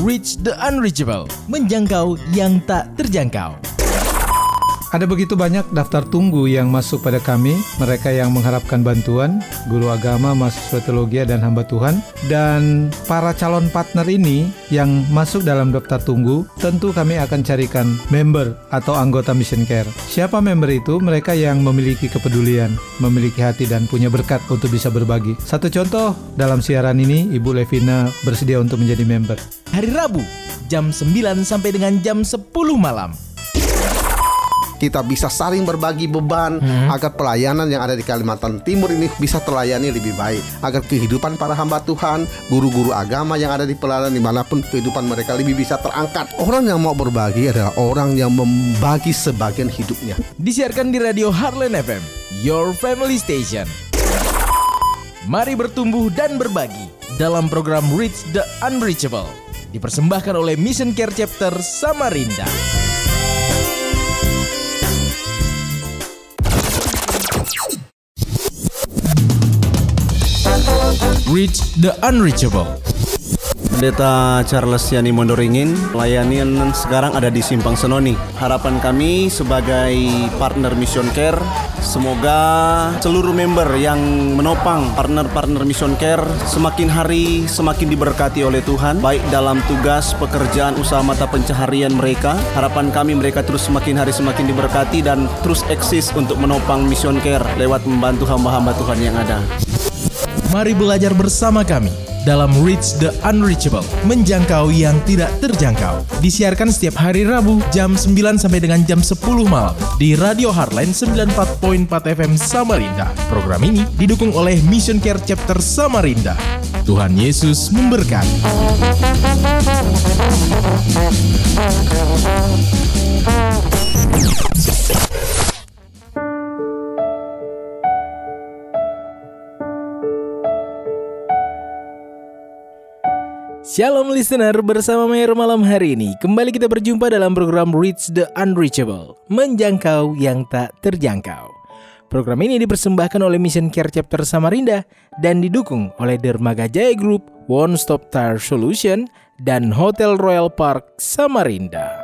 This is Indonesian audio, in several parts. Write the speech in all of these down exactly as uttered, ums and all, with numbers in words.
Reach the Unreachable, menjangkau yang tak terjangkau. Ada begitu banyak daftar tunggu yang masuk pada kami, mereka yang mengharapkan bantuan, guru agama, mahasiswa teologi dan hamba Tuhan, dan para calon partner ini yang masuk dalam daftar tunggu, tentu kami akan carikan member atau anggota Mission Care. Siapa member itu? Mereka yang memiliki kepedulian, memiliki hati dan punya berkat untuk bisa berbagi. Satu contoh, dalam siaran ini Ibu Levina bersedia untuk menjadi member. Hari Rabu, jam sembilan sampai dengan jam sepuluh malam. Kita bisa saling berbagi beban hmm. agar pelayanan yang ada di Kalimantan Timur ini bisa terlayani lebih baik, agar kehidupan para hamba Tuhan, guru-guru agama yang ada di pelayanan dimanapun kehidupan mereka lebih bisa terangkat. Orang yang mau berbagi adalah orang yang membagi sebagian hidupnya. Disiarkan di Radio Heartland F M, Your Family Station. Mari bertumbuh dan berbagi dalam program Reach the Unreachable, dipersembahkan oleh Mission Care Chapter Samarinda. Reach the Unreachable. Pendeta Charles Yani Mondoringin, pelayanan sekarang ada di Simpang Senoni. Harapan kami sebagai partner Mission Care, semoga seluruh member yang menopang partner-partner Mission Care semakin hari semakin diberkati oleh Tuhan, baik dalam tugas, pekerjaan, usaha mata pencaharian mereka. Harapan kami mereka terus semakin hari semakin diberkati dan terus eksis untuk menopang Mission Care lewat membantu hamba-hamba Tuhan yang ada. Mari belajar bersama kami dalam Reach the Unreachable, menjangkau yang tidak terjangkau. Disiarkan setiap hari Rabu jam sembilan sampai dengan jam sepuluh malam di Radio Heartland sembilan puluh empat koma empat F M Samarinda. Program ini didukung oleh Mission Care Chapter Samarinda. Tuhan Yesus memberkati. Shalom listener, bersama Mayor malam hari ini kembali kita berjumpa dalam program Reach the Unreachable, menjangkau yang tak terjangkau. Program ini dipersembahkan oleh Mission Care Chapter Samarinda dan didukung oleh Dermaga Jaya Group, One Stop Tire Solution, dan Hotel Royal Park Samarinda.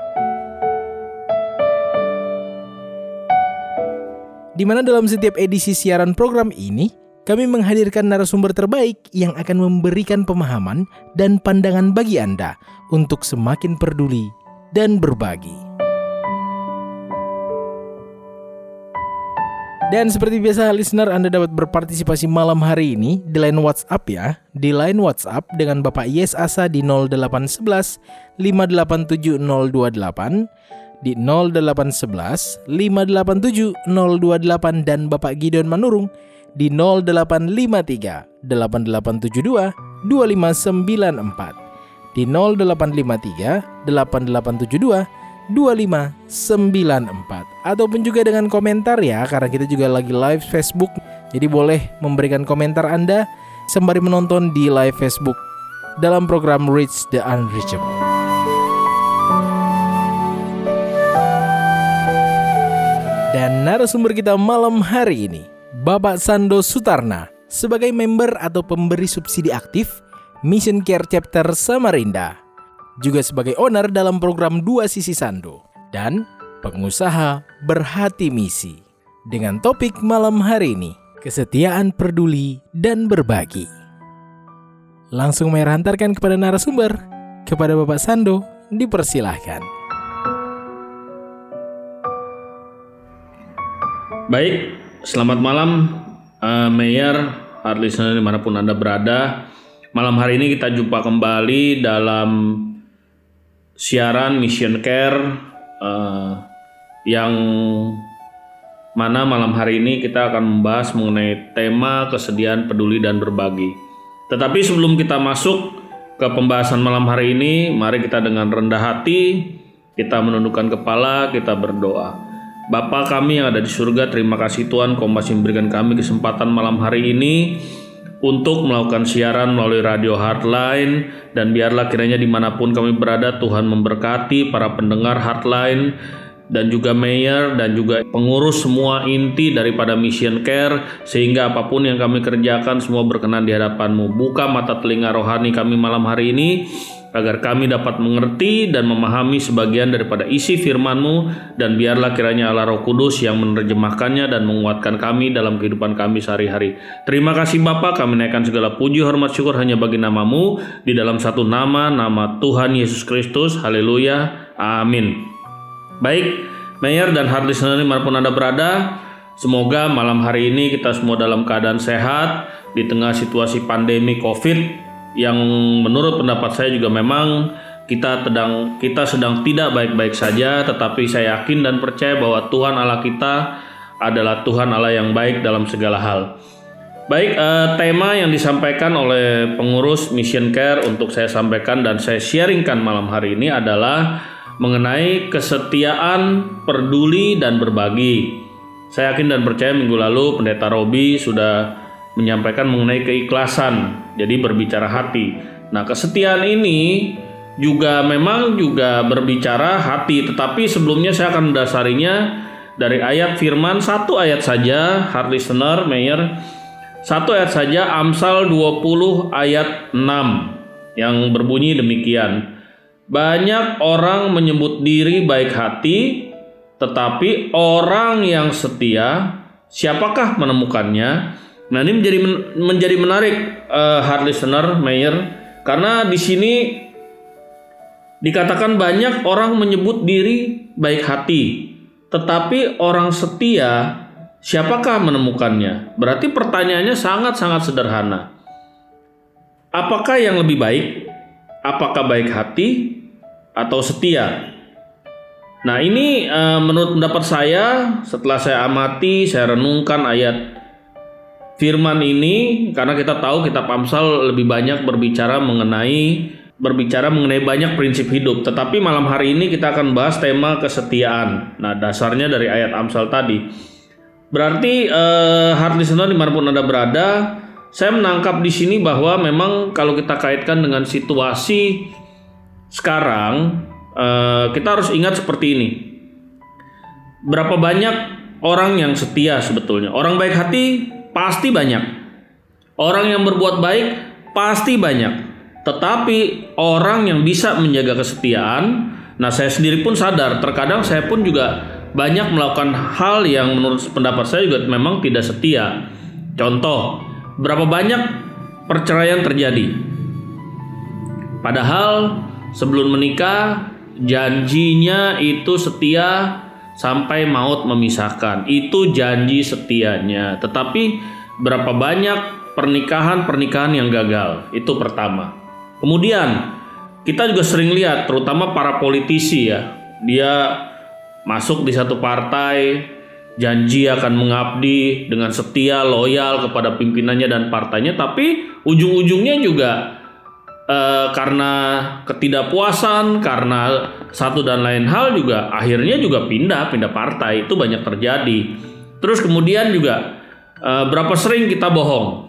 Di mana dalam setiap edisi siaran program ini kami menghadirkan narasumber terbaik yang akan memberikan pemahaman dan pandangan bagi Anda untuk semakin peduli dan berbagi. Dan seperti biasa listener, Anda dapat berpartisipasi malam hari ini di line WhatsApp ya. Di line WhatsApp dengan Bapak Yes Asa di nol delapan satu satu lima delapan tujuh nol dua delapan, di nol delapan satu satu lima delapan tujuh nol dua delapan, dan Bapak Gideon Manurung di nol delapan lima tiga delapan delapan tujuh dua dua lima sembilan empat, di nol delapan lima tiga delapan delapan tujuh dua dua lima sembilan empat, ataupun juga dengan komentar ya, karena kita juga lagi live Facebook. Jadi boleh memberikan komentar Anda sembari menonton di live Facebook dalam program Reach the Unreachable. Dan narasumber kita malam hari ini, Bapak Sando Sutarna, sebagai member atau pemberi subsidi aktif Mission Care Chapter Samarinda, juga sebagai owner dalam program Dua Sisi Sando, dan pengusaha berhati misi. Dengan topik malam hari ini, kesetiaan, peduli, dan berbagi. Langsung Mayor hantarkan kepada narasumber, kepada Bapak Sando, dipersilahkan. Baik, selamat malam uh, Mayor, hard listener dimanapun Anda berada. Malam hari ini kita jumpa kembali dalam siaran Mission Care uh, yang mana malam hari ini kita akan membahas mengenai tema kesediaan, peduli, dan berbagi. Tetapi sebelum kita masuk ke pembahasan malam hari ini, mari kita dengan rendah hati, kita menundukkan kepala, kita berdoa. Bapa kami yang ada di surga, terima kasih Tuhan Kau masih memberikan kami kesempatan malam hari ini untuk melakukan siaran melalui Radio Heartline, dan biarlah kiranya dimanapun kami berada Tuhan memberkati para pendengar Heartline dan juga Mayor dan juga pengurus semua inti daripada Mission Care, sehingga apapun yang kami kerjakan semua berkenan di hadapan-Mu. Buka mata telinga rohani kami malam hari ini, agar kami dapat mengerti dan memahami sebagian daripada isi firman-Mu, dan biarlah kiranya Allah Roh Kudus yang menerjemahkannya dan menguatkan kami dalam kehidupan kami sehari-hari. Terima kasih Bapa, kami naikkan segala puji, hormat, syukur hanya bagi nama-Mu, di dalam satu nama, nama Tuhan Yesus Kristus. Haleluya, amin. Baik, Mayor dan hard listener dimanapun Anda berada, semoga malam hari ini kita semua dalam keadaan sehat di tengah situasi pandemi COVID yang menurut pendapat saya juga memang kita sedang kita sedang tidak baik-baik saja, tetapi saya yakin dan percaya bahwa Tuhan Allah kita adalah Tuhan Allah yang baik dalam segala hal. Baik, eh, tema yang disampaikan oleh pengurus Mission Care untuk saya sampaikan dan saya sharingkan malam hari ini adalah mengenai kesetiaan, peduli, dan berbagi. Saya yakin dan percaya minggu lalu Pendeta Robi sudah menyampaikan mengenai keikhlasan, jadi berbicara hati. Nah, kesetiaan ini juga memang juga berbicara hati, tetapi sebelumnya saya akan mendasarinya dari ayat firman, satu ayat saja, hard listener, Mayor, satu ayat saja, Amsal dua puluh ayat enam, yang berbunyi demikian. Banyak orang menyebut diri baik hati, tetapi orang yang setia, siapakah menemukannya? Nah, ini menjadi menjadi menarik, uh, hard listener, Mayor, karena di sini dikatakan banyak orang menyebut diri baik hati, tetapi orang setia, siapakah menemukannya? Berarti pertanyaannya sangat-sangat sederhana. Apakah yang lebih baik? Apakah baik hati atau setia? Nah, ini uh, menurut pendapat saya, setelah saya amati, saya renungkan ayat firman ini, karena kita tahu kitab Amsal lebih banyak berbicara mengenai berbicara mengenai banyak prinsip hidup, tetapi malam hari ini kita akan bahas tema kesetiaan. Nah, dasarnya dari ayat Amsal tadi. Berarti eh, hard listener dimanapun Anda berada, saya menangkap di sini bahwa memang kalau kita kaitkan dengan situasi sekarang, eh, kita harus ingat seperti ini. Berapa banyak orang yang setia sebetulnya? Orang baik hati pasti banyak. Orang yang berbuat baik pasti banyak. Tetapi orang yang bisa menjaga kesetiaan, nah saya sendiri pun sadar, terkadang saya pun juga banyak melakukan hal yang menurut pendapat saya juga memang tidak setia. Contoh, berapa banyak perceraian terjadi? Padahal sebelum menikah janjinya itu setia sampai maut memisahkan, itu janji setianya. Tetapi berapa banyak pernikahan-pernikahan yang gagal? Itu pertama. Kemudian kita juga sering lihat, terutama para politisi ya, dia masuk di satu partai, janji akan mengabdi dengan setia, loyal kepada pimpinannya dan partainya, tapi ujung-ujungnya juga Uh, karena ketidakpuasan, karena satu dan lain hal juga akhirnya juga pindah pindah partai. Itu banyak terjadi. Terus kemudian juga uh, berapa sering kita bohong?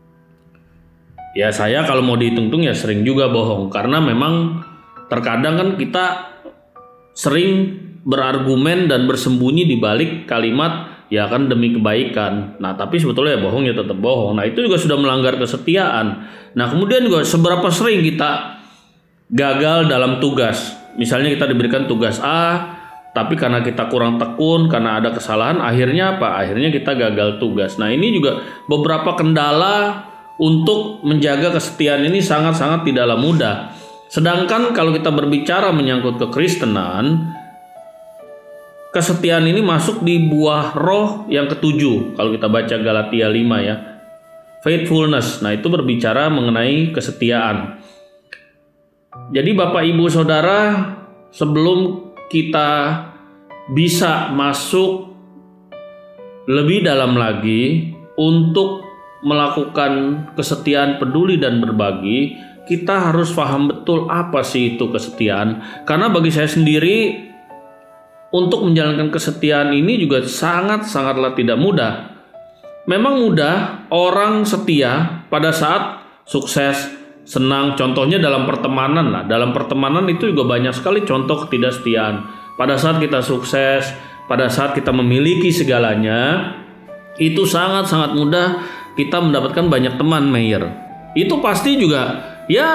Ya saya kalau mau dihitung-hitung ya sering juga bohong, karena memang terkadang kan kita sering berargumen dan bersembunyi di balik kalimat ya kan demi kebaikan. Nah, tapi sebetulnya ya bohong ya tetap bohong. Nah, itu juga sudah melanggar kesetiaan. Nah, kemudian juga seberapa sering kita gagal dalam tugas. Misalnya kita diberikan tugas A, tapi karena kita kurang tekun, karena ada kesalahan, akhirnya apa? Akhirnya kita gagal tugas. Nah, ini juga beberapa kendala untuk menjaga kesetiaan ini sangat-sangat tidaklah mudah. Sedangkan kalau kita berbicara menyangkut kekristenan, kesetiaan ini masuk di buah roh yang ketujuh. Kalau kita baca Galatia lima ya, faithfulness. Nah, itu berbicara mengenai kesetiaan. Jadi Bapak Ibu Saudara, sebelum kita bisa masuk lebih dalam lagi untuk melakukan kesetiaan, peduli dan berbagi, kita harus paham betul apa sih itu kesetiaan. Karena bagi saya sendiri, untuk menjalankan kesetiaan ini juga sangat-sangatlah tidak mudah. Memang mudah orang setia pada saat sukses, senang. Contohnya dalam pertemanan lah. Dalam pertemanan itu juga banyak sekali contoh ketidaksetiaan. Pada saat kita sukses, pada saat kita memiliki segalanya, itu sangat-sangat mudah kita mendapatkan banyak teman, Mayor. Itu pasti juga ya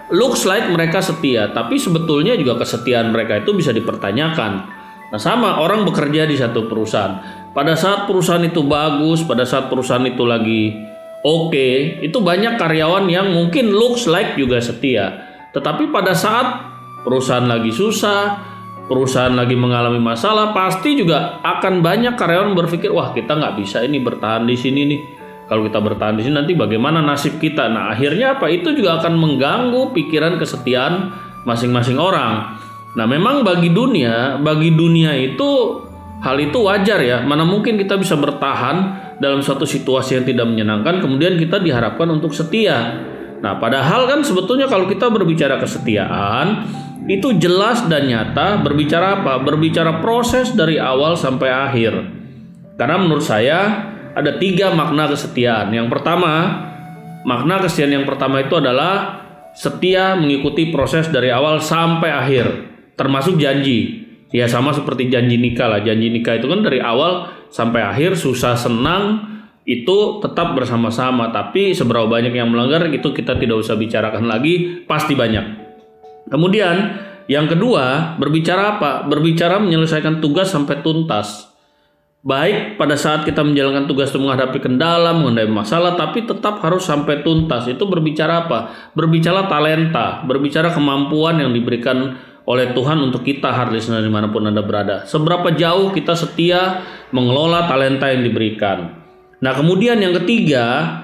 looks like mereka setia, tapi sebetulnya juga kesetiaan mereka itu bisa dipertanyakan. Nah sama orang bekerja di satu perusahaan. Pada saat perusahaan itu bagus, pada saat perusahaan itu lagi oke, okay, itu banyak karyawan yang mungkin looks like juga setia. Tetapi pada saat perusahaan lagi susah, perusahaan lagi mengalami masalah, pasti juga akan banyak karyawan berpikir, wah kita nggak bisa ini bertahan di sini nih. Kalau kita bertahan di sini nanti bagaimana nasib kita? Nah akhirnya apa? Itu juga akan mengganggu pikiran kesetiaan masing-masing orang. Nah memang bagi dunia, bagi dunia itu hal itu wajar ya. Mana mungkin kita bisa bertahan dalam suatu situasi yang tidak menyenangkan, kemudian kita diharapkan untuk setia. Nah padahal kan sebetulnya kalau kita berbicara kesetiaan, itu jelas dan nyata berbicara apa? Berbicara proses dari awal sampai akhir. Karena menurut saya ada tiga makna kesetiaan. Yang pertama, makna kesetiaan yang pertama itu adalah setia mengikuti proses dari awal sampai akhir, termasuk janji. Ya sama seperti janji nikah lah. Janji nikah itu kan dari awal sampai akhir, susah senang itu tetap bersama-sama. Tapi seberapa banyak yang melanggar itu kita tidak usah bicarakan lagi, pasti banyak. Kemudian yang kedua, berbicara apa? Berbicara menyelesaikan tugas sampai tuntas. Baik pada saat kita menjalankan tugas itu menghadapi kendala, menghadapi masalah, tapi tetap harus sampai tuntas. Itu berbicara apa? Berbicara talenta, berbicara kemampuan yang diberikan oleh Tuhan untuk kita, heart listener dimanapun Anda berada. Seberapa jauh kita setia mengelola talenta yang diberikan. Nah kemudian yang ketiga,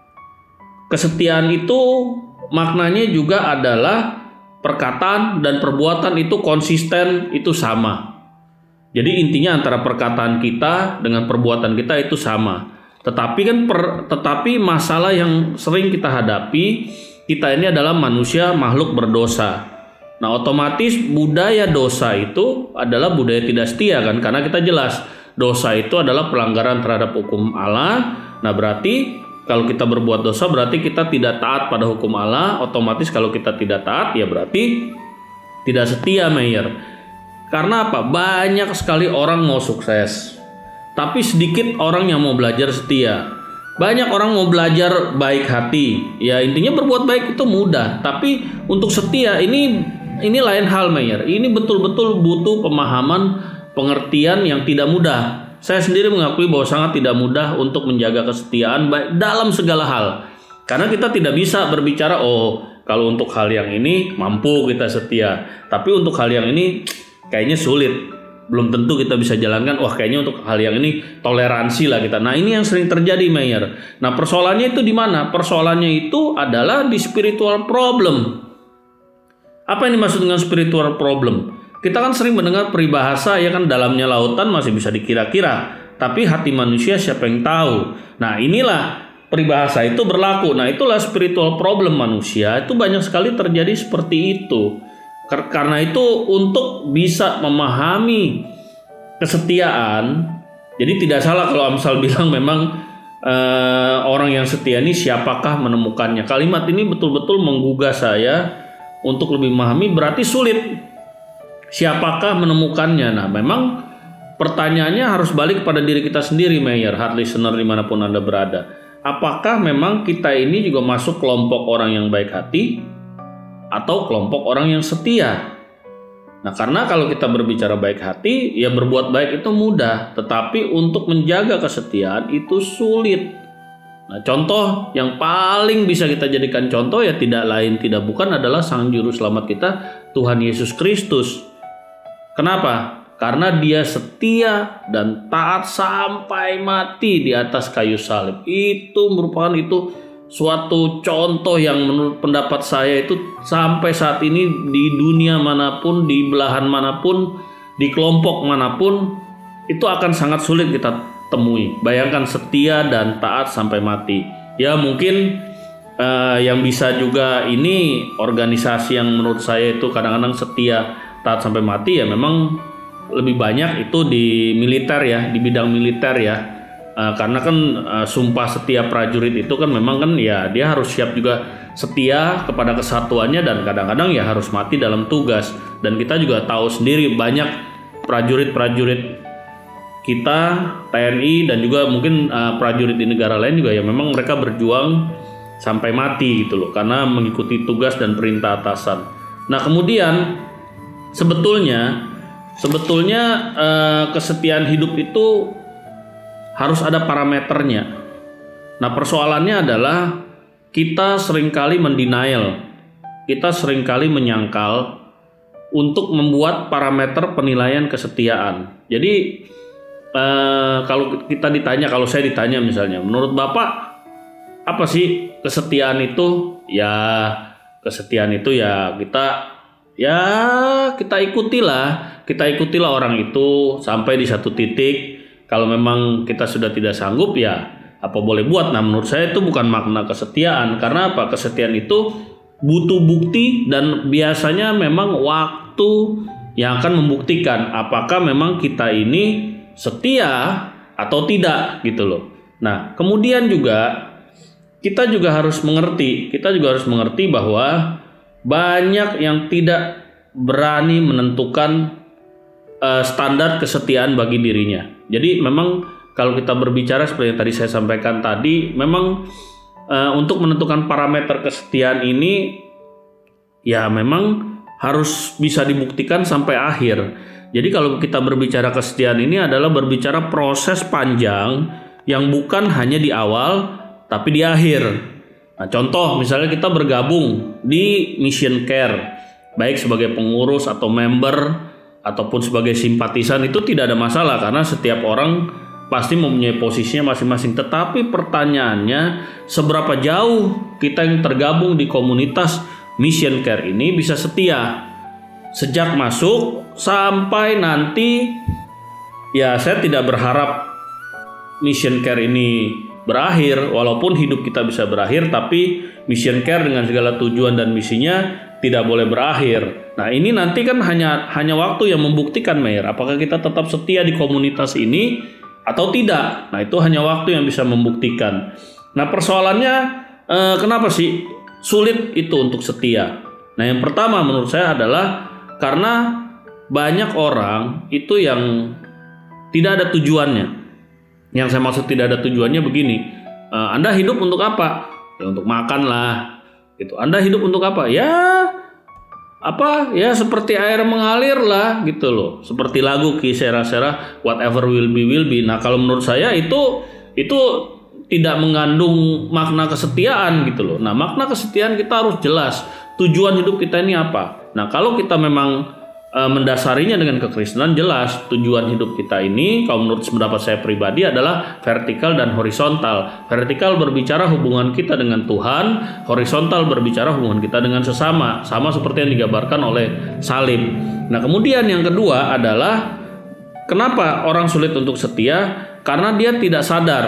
kesetiaan itu maknanya juga adalah perkataan dan perbuatan itu konsisten, itu sama. Jadi intinya antara perkataan kita dengan perbuatan kita itu sama. Tetapi kan per, tetapi masalah yang sering kita hadapi, kita ini adalah manusia makhluk berdosa. Nah, otomatis budaya dosa itu adalah budaya tidak setia kan, karena kita jelas dosa itu adalah pelanggaran terhadap hukum Allah. Nah, berarti kalau kita berbuat dosa berarti kita tidak taat pada hukum Allah. Otomatis kalau kita tidak taat ya berarti tidak setia, Mayer. Karena apa? Banyak sekali orang mau sukses, tapi sedikit orang yang mau belajar setia. Banyak orang mau belajar baik hati. Ya intinya berbuat baik itu mudah, tapi untuk setia ini ini lain hal, Mayer. Ini betul-betul butuh pemahaman, pengertian yang tidak mudah. Saya sendiri mengakui bahwa sangat tidak mudah untuk menjaga kesetiaan baik dalam segala hal. Karena kita tidak bisa berbicara, oh kalau untuk hal yang ini mampu kita setia, tapi untuk hal yang ini kayaknya sulit, belum tentu kita bisa jalankan. Wah kayaknya untuk hal yang ini toleransi lah kita. Nah ini yang sering terjadi, Mayer. Nah persoalannya itu di mana? Persoalannya itu adalah di spiritual problem. Apa yang dimaksud dengan spiritual problem? Kita kan sering mendengar peribahasa ya kan, dalamnya lautan masih bisa dikira-kira, tapi hati manusia siapa yang tahu. Nah inilah peribahasa itu berlaku. Nah itulah spiritual problem manusia. Itu banyak sekali terjadi seperti itu. Karena itu untuk bisa memahami kesetiaan, jadi tidak salah kalau Amsal bilang memang eh, orang yang setia ini siapakah menemukannya. Kalimat ini betul-betul menggugah saya untuk lebih memahami, berarti sulit. Siapakah menemukannya? Nah memang pertanyaannya harus balik pada diri kita sendiri, Mayer, heart listener dimanapun Anda berada. Apakah memang kita ini juga masuk kelompok orang yang baik hati atau kelompok orang yang setia? Nah karena kalau kita berbicara baik hati, ya berbuat baik itu mudah, tetapi untuk menjaga kesetiaan itu sulit. Nah contoh yang paling bisa kita jadikan contoh ya tidak lain tidak bukan adalah Sang Juru Selamat kita, Tuhan Yesus Kristus. Kenapa? Karena dia setia dan taat sampai mati di atas kayu salib. Itu merupakan itu suatu contoh yang menurut pendapat saya itu sampai saat ini di dunia manapun, di belahan manapun, di kelompok manapun itu akan sangat sulit kita temui. Bayangkan setia dan taat sampai mati. Ya mungkin uh, yang bisa juga ini organisasi yang menurut saya itu kadang-kadang setia taat sampai mati ya memang lebih banyak itu di militer ya, di bidang militer ya. Uh, karena kan uh, sumpah setia prajurit itu kan memang kan ya dia harus siap juga setia kepada kesatuannya dan kadang-kadang ya harus mati dalam tugas. Dan kita juga tahu sendiri banyak prajurit-prajurit kita T N I dan juga mungkin uh, prajurit di negara lain juga ya memang mereka berjuang sampai mati gitu loh, karena mengikuti tugas dan perintah atasan. Nah kemudian sebetulnya sebetulnya eh, kesetiaan hidup itu harus ada parameternya. Nah persoalannya adalah kita seringkali mendenial, kita seringkali menyangkal untuk membuat parameter penilaian kesetiaan. Jadi eh, kalau kita ditanya, kalau saya ditanya misalnya, menurut Bapak apa sih kesetiaan itu? Ya kesetiaan itu ya kita ya kita ikutilah, kita ikutilah orang itu sampai di satu titik. Kalau memang kita sudah tidak sanggup ya apa boleh buat. Nah menurut saya itu bukan makna kesetiaan. Karena apa? Kesetiaan itu butuh bukti dan biasanya memang waktu yang akan membuktikan apakah memang kita ini setia atau tidak gitu loh. Nah kemudian juga kita juga harus mengerti, kita juga harus mengerti bahwa banyak yang tidak berani menentukan uh, standar kesetiaan bagi dirinya. Jadi memang kalau kita berbicara seperti yang tadi saya sampaikan tadi, memang uh, untuk menentukan parameter kesetiaan ini ya memang harus bisa dibuktikan sampai akhir. Jadi kalau kita berbicara kesetiaan ini adalah berbicara proses panjang yang bukan hanya di awal tapi di akhir. Nah, contoh misalnya kita bergabung di Mission Care, baik sebagai pengurus atau member ataupun sebagai simpatisan, itu tidak ada masalah karena setiap orang pasti mempunyai posisinya masing-masing. Tetapi pertanyaannya, seberapa jauh kita yang tergabung di komunitas Mission Care ini bisa setia sejak masuk sampai nanti. Ya saya tidak berharap Mission Care ini berakhir, walaupun hidup kita bisa berakhir, tapi Mission Care dengan segala tujuan dan misinya tidak boleh berakhir. Nah ini nanti kan hanya hanya waktu yang membuktikan, Mayor, apakah kita tetap setia di komunitas ini atau tidak. Nah itu hanya waktu yang bisa membuktikan. Nah persoalannya eh, kenapa sih sulit itu untuk setia? Nah yang pertama menurut saya adalah karena banyak orang itu yang tidak ada tujuannya. Yang saya maksud tidak ada tujuannya begini, e, Anda hidup untuk apa? Ya untuk makan lah, gitu. Anda hidup untuk apa? Ya apa? Ya seperti air mengalir lah, gitu loh. Seperti lagu Ki Sera-Sera, whatever will be will be. Nah kalau menurut saya itu itu tidak mengandung makna kesetiaan, gitu loh. Nah makna kesetiaan kita harus jelas. Tujuan hidup kita ini apa? Nah kalau kita memang mendasarinya dengan kekristenan, jelas tujuan hidup kita ini kalau menurut pendapat saya pribadi adalah vertikal dan horizontal. Vertikal berbicara hubungan kita dengan Tuhan, horizontal berbicara hubungan kita dengan sesama, sama seperti yang digambarkan oleh salib. Nah kemudian yang kedua adalah kenapa orang sulit untuk setia? Karena dia tidak sadar,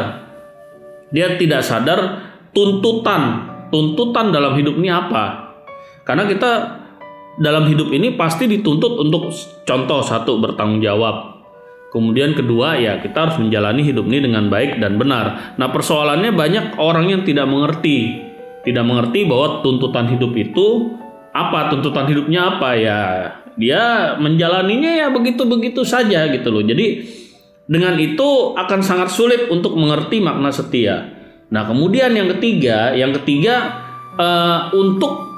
dia tidak sadar tuntutan, tuntutan dalam hidup ini apa. Karena kita dalam hidup ini pasti dituntut untuk contoh satu bertanggung jawab. Kemudian kedua ya kita harus menjalani hidup ini dengan baik dan benar. Nah persoalannya banyak orang yang tidak mengerti. Tidak mengerti bahwa tuntutan hidup itu apa, tuntutan hidupnya apa ya. Dia menjalaninya ya begitu-begitu saja gitu loh. Jadi dengan itu akan sangat sulit untuk mengerti makna setia. Nah kemudian yang ketiga, yang ketiga uh, untuk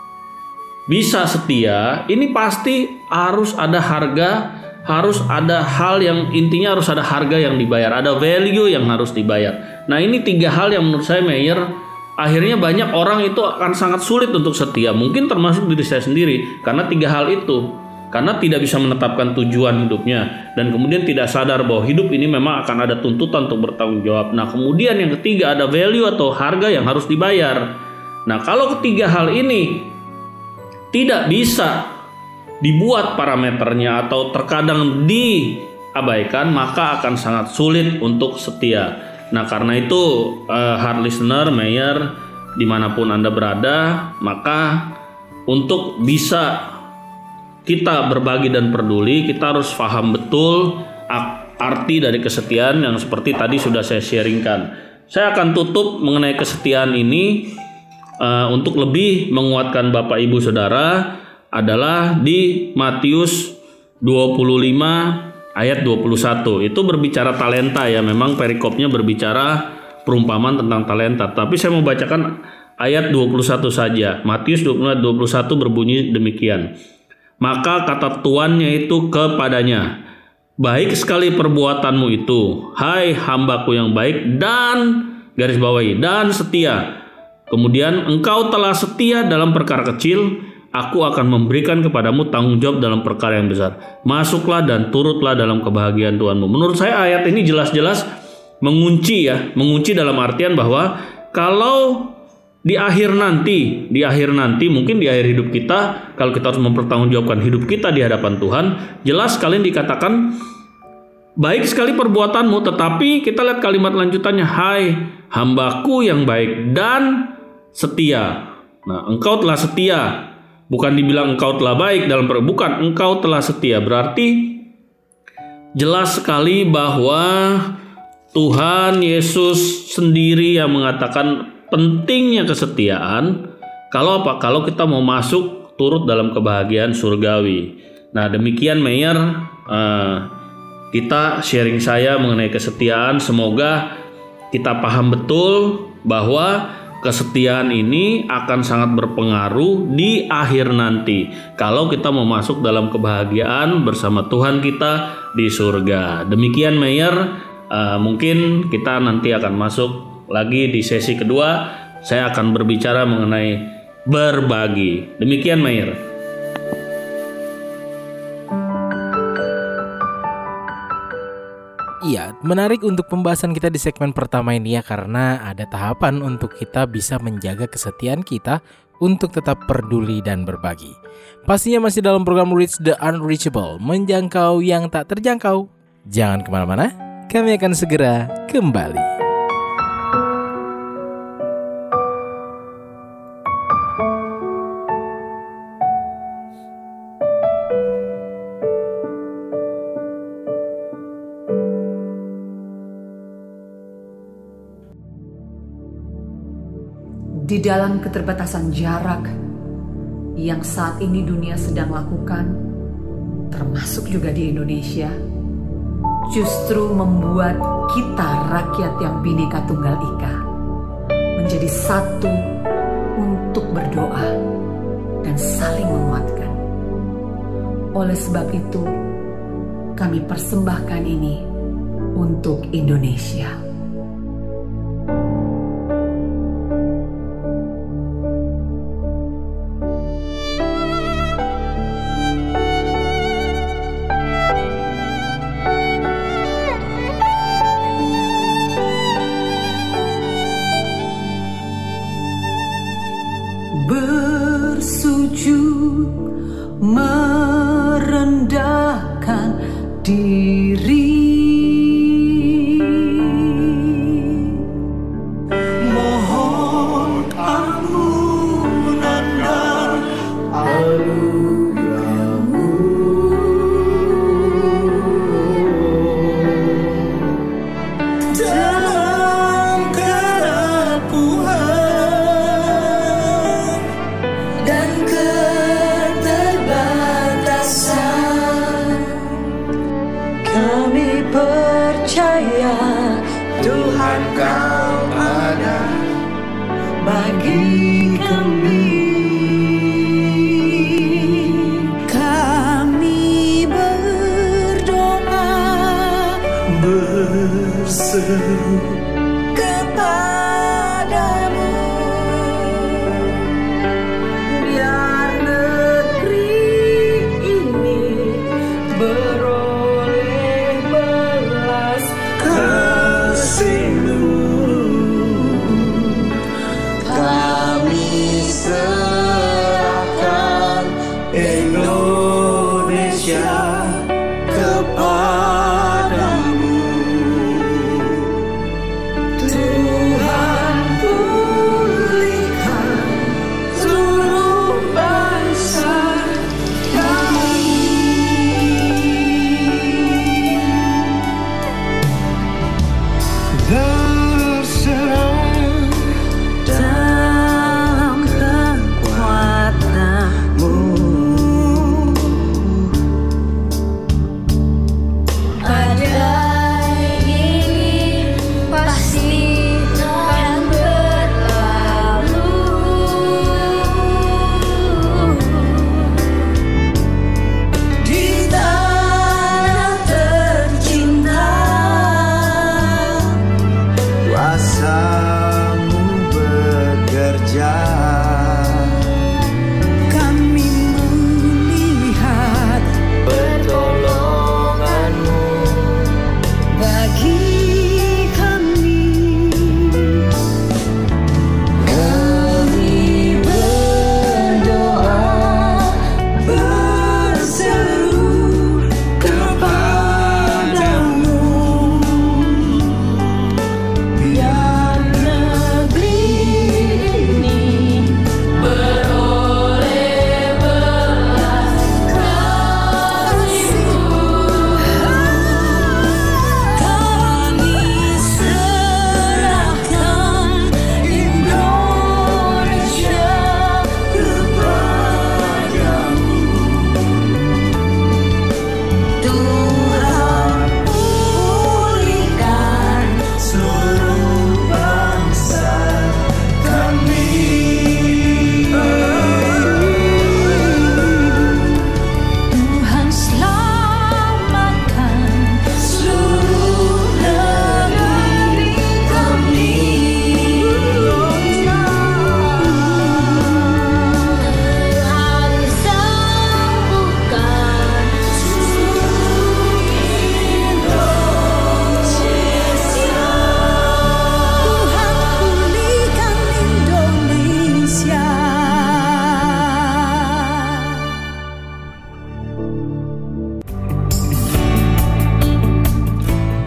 bisa setia, ini pasti harus ada harga, harus ada hal yang intinya harus ada harga yang dibayar, ada value yang harus dibayar. Nah ini tiga hal yang menurut saya, Mayor, akhirnya banyak orang itu akan sangat sulit untuk setia. Mungkin termasuk diri saya sendiri, karena tiga hal itu. Karena tidak bisa menetapkan tujuan hidupnya, dan kemudian tidak sadar bahwa hidup ini memang akan ada tuntutan untuk bertanggung jawab. Nah kemudian yang ketiga ada value atau harga yang harus dibayar. Nah kalau ketiga hal ini tidak bisa dibuat parameternya atau terkadang diabaikan, maka akan sangat sulit untuk setia. Nah karena itu uh, hard listener, Mayor, dimanapun Anda berada, maka untuk bisa kita berbagi dan peduli, kita harus paham betul arti dari kesetiaan yang seperti tadi sudah saya sharingkan. Saya akan tutup mengenai kesetiaan ini. Uh, untuk lebih menguatkan Bapak Ibu Saudara adalah di Matius dua puluh lima ayat dua puluh satu. Itu berbicara talenta ya, memang perikopnya berbicara perumpamaan tentang talenta. Tapi saya mau bacakan ayat dua puluh satu saja. Matius dua puluh, dua puluh satu berbunyi demikian. Maka kata tuannya itu kepadanya, baik sekali perbuatanmu itu, hai hambaku yang baik dan, garis bawahi, dan setia. Kemudian engkau telah setia dalam perkara kecil, aku akan memberikan kepadamu tanggung jawab dalam perkara yang besar. Masuklah dan turutlah dalam kebahagiaan Tuhanmu. Menurut saya ayat ini jelas-jelas mengunci ya, mengunci dalam artian bahwa kalau di akhir nanti, di akhir nanti mungkin di akhir hidup kita, kalau kita harus mempertanggungjawabkan hidup kita di hadapan Tuhan, jelas sekali dikatakan baik sekali perbuatanmu, tetapi kita lihat kalimat lanjutannya, hai hambaku yang baik dan setia. Nah, engkau telah setia. Bukan dibilang engkau telah baik dalam per, bukan, engkau telah setia. Berarti jelas sekali bahwa Tuhan Yesus sendiri yang mengatakan pentingnya kesetiaan. Kalau apa? Kalau kita mau masuk turut dalam kebahagiaan surgawi. Nah, demikian Mayor, uh, kita sharing saya mengenai kesetiaan. Semoga kita paham betul bahwa kesetiaan ini akan sangat berpengaruh di akhir nanti kalau kita mau masuk dalam kebahagiaan bersama Tuhan kita di surga. Demikian Mayor, uh, mungkin kita nanti akan masuk lagi di sesi kedua. Saya akan berbicara mengenai berbagi. Demikian Mayor. Iya, menarik untuk pembahasan kita di segmen pertama ini ya, karena ada tahapan untuk kita bisa menjaga kesetiaan kita untuk tetap peduli dan berbagi. Pastinya masih dalam program Reach the Unreachable, menjangkau yang tak terjangkau. Jangan kemana-mana, kami akan segera kembali. Di dalam keterbatasan jarak yang saat ini dunia sedang lakukan, termasuk juga di Indonesia, justru membuat kita rakyat yang Bhinneka Tunggal Ika menjadi satu untuk berdoa dan saling menguatkan. Oleh sebab itu, kami persembahkan ini untuk Indonesia. Bersujud merendahkan diri, mohon ampunan dan anugerah-Mu. Dalam kerapuhan dan keterbatasan, kami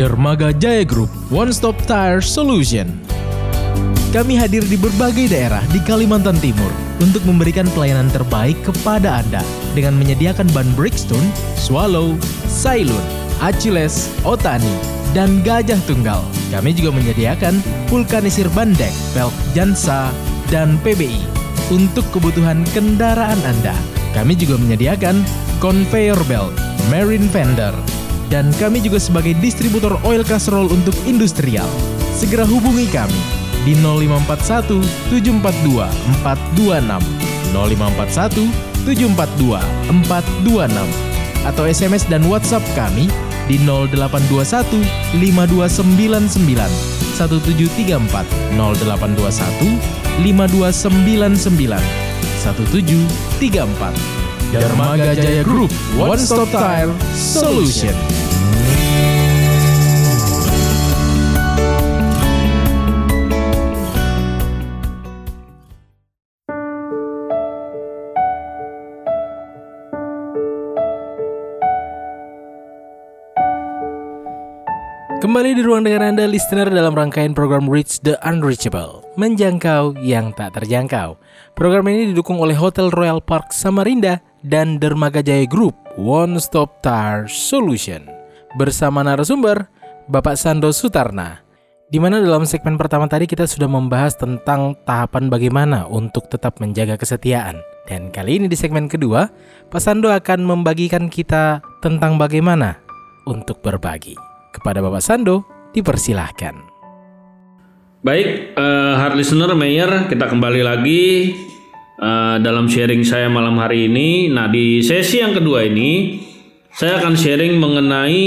Dermaga Jaya Group, One Stop Tire Solution. Kami hadir di berbagai daerah di Kalimantan Timur untuk memberikan pelayanan terbaik kepada Anda dengan menyediakan ban Bridgestone, Swallow, Sailun, Achilles, Otani, dan Gajah Tunggal. Kami juga menyediakan vulkanisir bandek, velg Jansa, dan P B I untuk kebutuhan kendaraan Anda. Kami juga menyediakan conveyor belt, marine fender, dan kami juga sebagai distributor oil casserole untuk industrial. Segera hubungi kami di nol lima empat satu tujuh empat dua empat dua enam, nol lima empat satu tujuh empat dua empat dua enam, atau S M S dan WhatsApp kami di nol delapan dua satu lima dua sembilan sembilan satu tujuh tiga empat, nol delapan dua satu lima dua sembilan sembilan satu tujuh tiga empat. Dermaga Jaya Group, One Stop Tire Solution. Kembali di ruang dengar Anda, listener, dalam rangkaian program Reach the Unreachable, menjangkau yang tak terjangkau. Program ini didukung oleh Hotel Royal Park Samarinda dan Dermaga Jaya Group, One Stop Tire Solution. Bersama narasumber, Bapak Sando Sutarna. Di mana dalam segmen pertama tadi kita sudah membahas tentang tahapan bagaimana untuk tetap menjaga kesetiaan. Dan kali ini di segmen kedua, Pak Sando akan membagikan kita tentang bagaimana untuk berbagi. Kepada Bapak Sando, dipersilahkan. Baik, uh, hard listener Mayor, kita kembali lagi uh, dalam sharing saya malam hari ini. Nah, di sesi yang kedua ini, saya akan sharing mengenai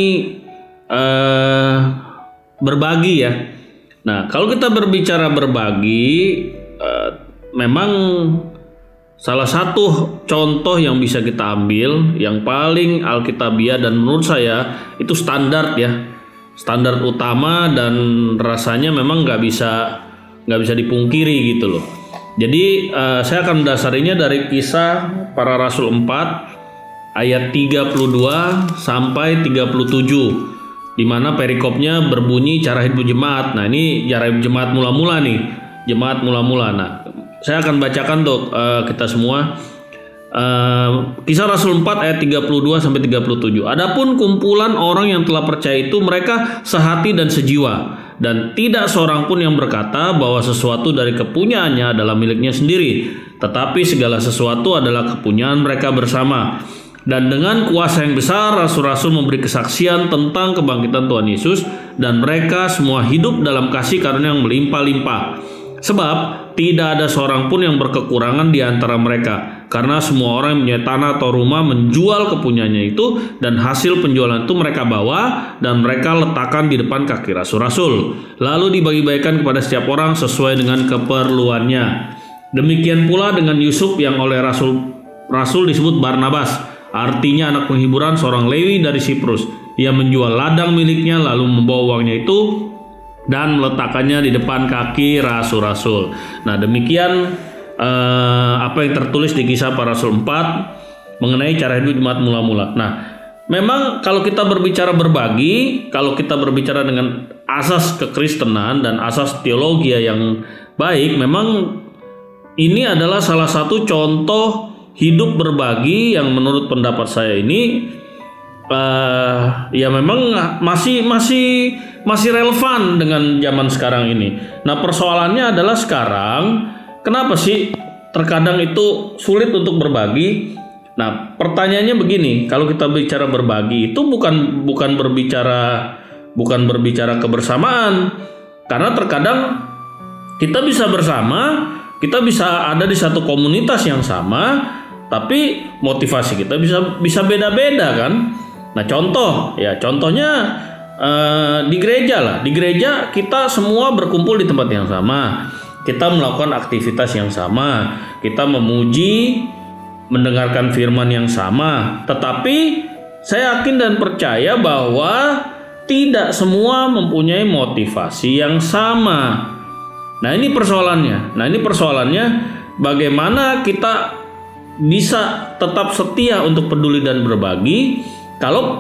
uh, berbagi ya. Nah, kalau kita berbicara berbagi, uh, memang salah satu contoh yang bisa kita ambil, yang paling alkitabiah dan menurut saya itu standar ya. Standar utama dan rasanya memang nggak bisa nggak bisa dipungkiri gitu loh. Jadi uh, saya akan mendasarinya dari Kisah Para Rasul empat ayat tiga puluh dua sampai tiga puluh tujuh, di mana perikopnya berbunyi cara hidup jemaat. Nah, ini cara hidup jemaat mula-mula nih, jemaat mula-mula. Nah, saya akan bacakan untuk uh, kita semua. Uh, Kisah Rasul empat ayat tiga puluh dua sampai tiga puluh tujuh. Adapun kumpulan orang yang telah percaya itu, mereka sehati dan sejiwa, dan tidak seorang pun yang berkata bahwa sesuatu dari kepunyaannya adalah miliknya sendiri, tetapi segala sesuatu adalah kepunyaan mereka bersama. Dan dengan kuasa yang besar, rasul-rasul memberi kesaksian tentang kebangkitan Tuhan Yesus, dan mereka semua hidup dalam kasih karunia yang melimpah-limpah. Sebab tidak ada seorang pun yang berkekurangan di antara mereka, karena semua orang yang punya tanah atau rumah menjual kepunyaannya itu, dan hasil penjualan itu mereka bawa dan mereka letakkan di depan kaki rasul-rasul, lalu dibagi-bagikan kepada setiap orang sesuai dengan keperluannya. Demikian pula dengan Yusuf yang oleh rasul rasul disebut Barnabas, artinya anak penghiburan, seorang Lewi dari Siprus. Ia menjual ladang miliknya lalu membawa uangnya itu dan meletakkannya di depan kaki rasul-rasul. Nah, demikian eh, apa yang tertulis di Kisah Para Rasul empat mengenai cara hidup jemaat mula-mula. Nah, memang kalau kita berbicara berbagi, kalau kita berbicara dengan asas kekristenan dan asas teologi yang baik, memang ini adalah salah satu contoh hidup berbagi yang menurut pendapat saya ini Uh, ya memang masih masih masih relevan dengan zaman sekarang ini. Nah, persoalannya adalah sekarang kenapa sih terkadang itu sulit untuk berbagi? Nah, pertanyaannya begini, kalau kita bicara berbagi itu bukan bukan berbicara bukan berbicara kebersamaan, karena terkadang kita bisa bersama, kita bisa ada di satu komunitas yang sama, tapi motivasi kita bisa bisa beda-beda kan? Nah, contoh ya, contohnya eh, di gereja lah. Di gereja kita semua berkumpul di tempat yang sama. Kita melakukan aktivitas yang sama. Kita memuji, mendengarkan firman yang sama. Tetapi saya yakin dan percaya bahwa tidak semua mempunyai motivasi yang sama. Nah, ini persoalannya. Nah, ini persoalannya bagaimana kita bisa tetap setia untuk peduli dan berbagi kalau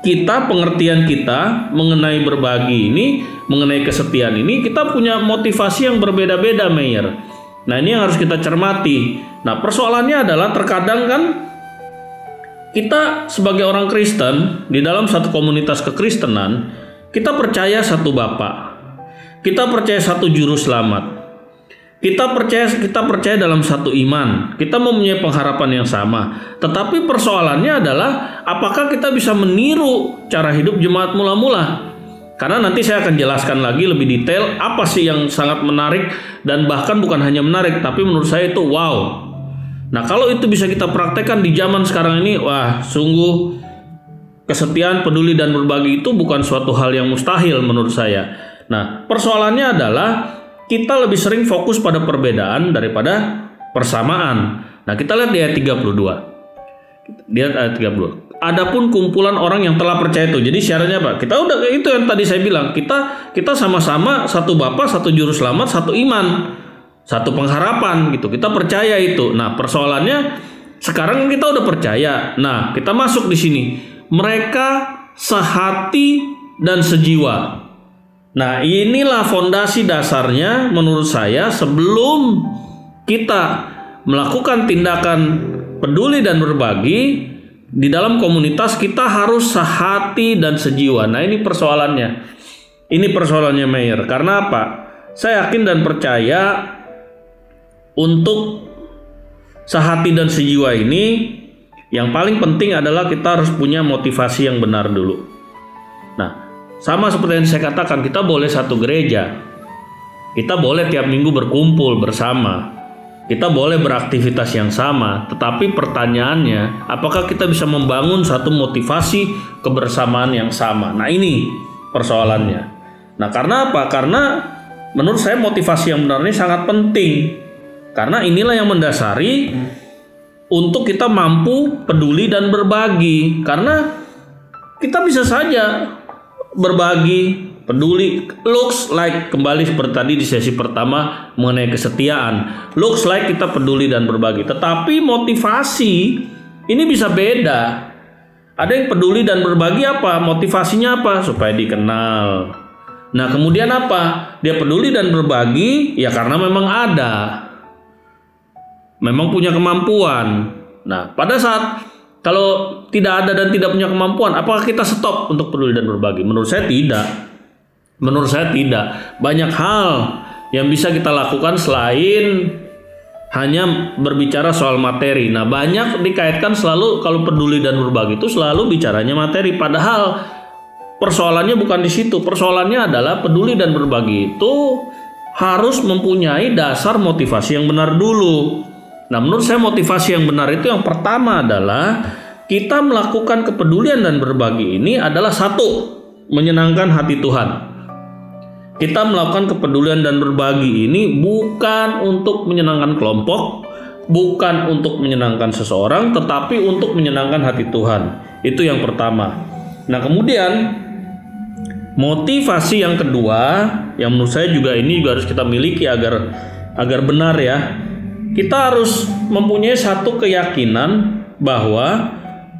kita, pengertian kita mengenai berbagi ini, mengenai kesetiaan ini, kita punya motivasi yang berbeda-beda, Mayor. Nah, ini yang harus kita cermati. Nah, persoalannya adalah terkadang kan kita sebagai orang Kristen di dalam satu komunitas kekristenan, kita percaya satu Bapa. Kita percaya satu juru selamat. Kita percaya kita percaya dalam satu iman. Kita mempunyai pengharapan yang sama. Tetapi persoalannya adalah apakah kita bisa meniru cara hidup jemaat mula-mula? Karena nanti saya akan jelaskan lagi lebih detail apa sih yang sangat menarik dan bahkan bukan hanya menarik tapi menurut saya itu wow. Nah, kalau itu bisa kita praktekkan di zaman sekarang ini, wah, sungguh kesetiaan, peduli dan berbagi itu bukan suatu hal yang mustahil menurut saya. Nah, persoalannya adalah kita lebih sering fokus pada perbedaan daripada persamaan. Nah, kita lihat di ayat tiga puluh dua. Lihat ayat tiga puluh. Adapun kumpulan orang yang telah percaya itu. Jadi syaratnya apa? Kita udah itu yang tadi saya bilang. Kita kita sama-sama satu Bapa, satu juru selamat, satu iman, satu pengharapan gitu. Kita percaya itu. Nah, persoalannya sekarang kita udah percaya. Nah, kita masuk di sini. Mereka sehati dan sejiwa. Nah, inilah fondasi dasarnya menurut saya sebelum kita melakukan tindakan peduli dan berbagi di dalam komunitas, kita harus sehati dan sejiwa. Nah, ini persoalannya. Ini persoalannya, Mayor. Karena apa? Saya yakin dan percaya untuk sehati dan sejiwa ini yang paling penting adalah kita harus punya motivasi yang benar dulu. Nah, sama seperti yang saya katakan, kita boleh satu gereja, kita boleh tiap minggu berkumpul bersama, kita boleh beraktivitas yang sama, tetapi pertanyaannya, apakah kita bisa membangun satu motivasi kebersamaan yang sama? Nah, ini persoalannya. Nah, karena apa? Karena menurut saya motivasi yang benar ini sangat penting, karena inilah yang mendasari untuk kita mampu peduli dan berbagi. Karena kita bisa saja berbagi, peduli, looks like, kembali seperti tadi di sesi pertama mengenai kesetiaan, looks like kita peduli dan berbagi, tetapi motivasi ini bisa beda. Ada yang peduli dan berbagi apa? Motivasinya apa? Supaya dikenal. Nah, kemudian apa? Dia peduli dan berbagi ya karena memang ada, memang punya kemampuan. Nah, pada saat kalau tidak ada dan tidak punya kemampuan, apakah kita stop untuk peduli dan berbagi? Menurut saya tidak. Menurut saya tidak. Banyak hal yang bisa kita lakukan selain hanya berbicara soal materi. Nah, banyak dikaitkan selalu kalau peduli dan berbagi itu selalu bicaranya materi. Padahal persoalannya bukan di situ. Persoalannya adalah peduli dan berbagi itu harus mempunyai dasar motivasi yang benar dulu. Nah, menurut saya motivasi yang benar itu yang pertama adalah kita melakukan kepedulian dan berbagi ini adalah satu, menyenangkan hati Tuhan. Kita melakukan kepedulian dan berbagi ini bukan untuk menyenangkan kelompok, bukan untuk menyenangkan seseorang, tetapi untuk menyenangkan hati Tuhan. Itu yang pertama. Nah, kemudian motivasi yang kedua, yang menurut saya juga ini juga harus kita miliki agar agar benar ya. Kita harus mempunyai satu keyakinan bahwa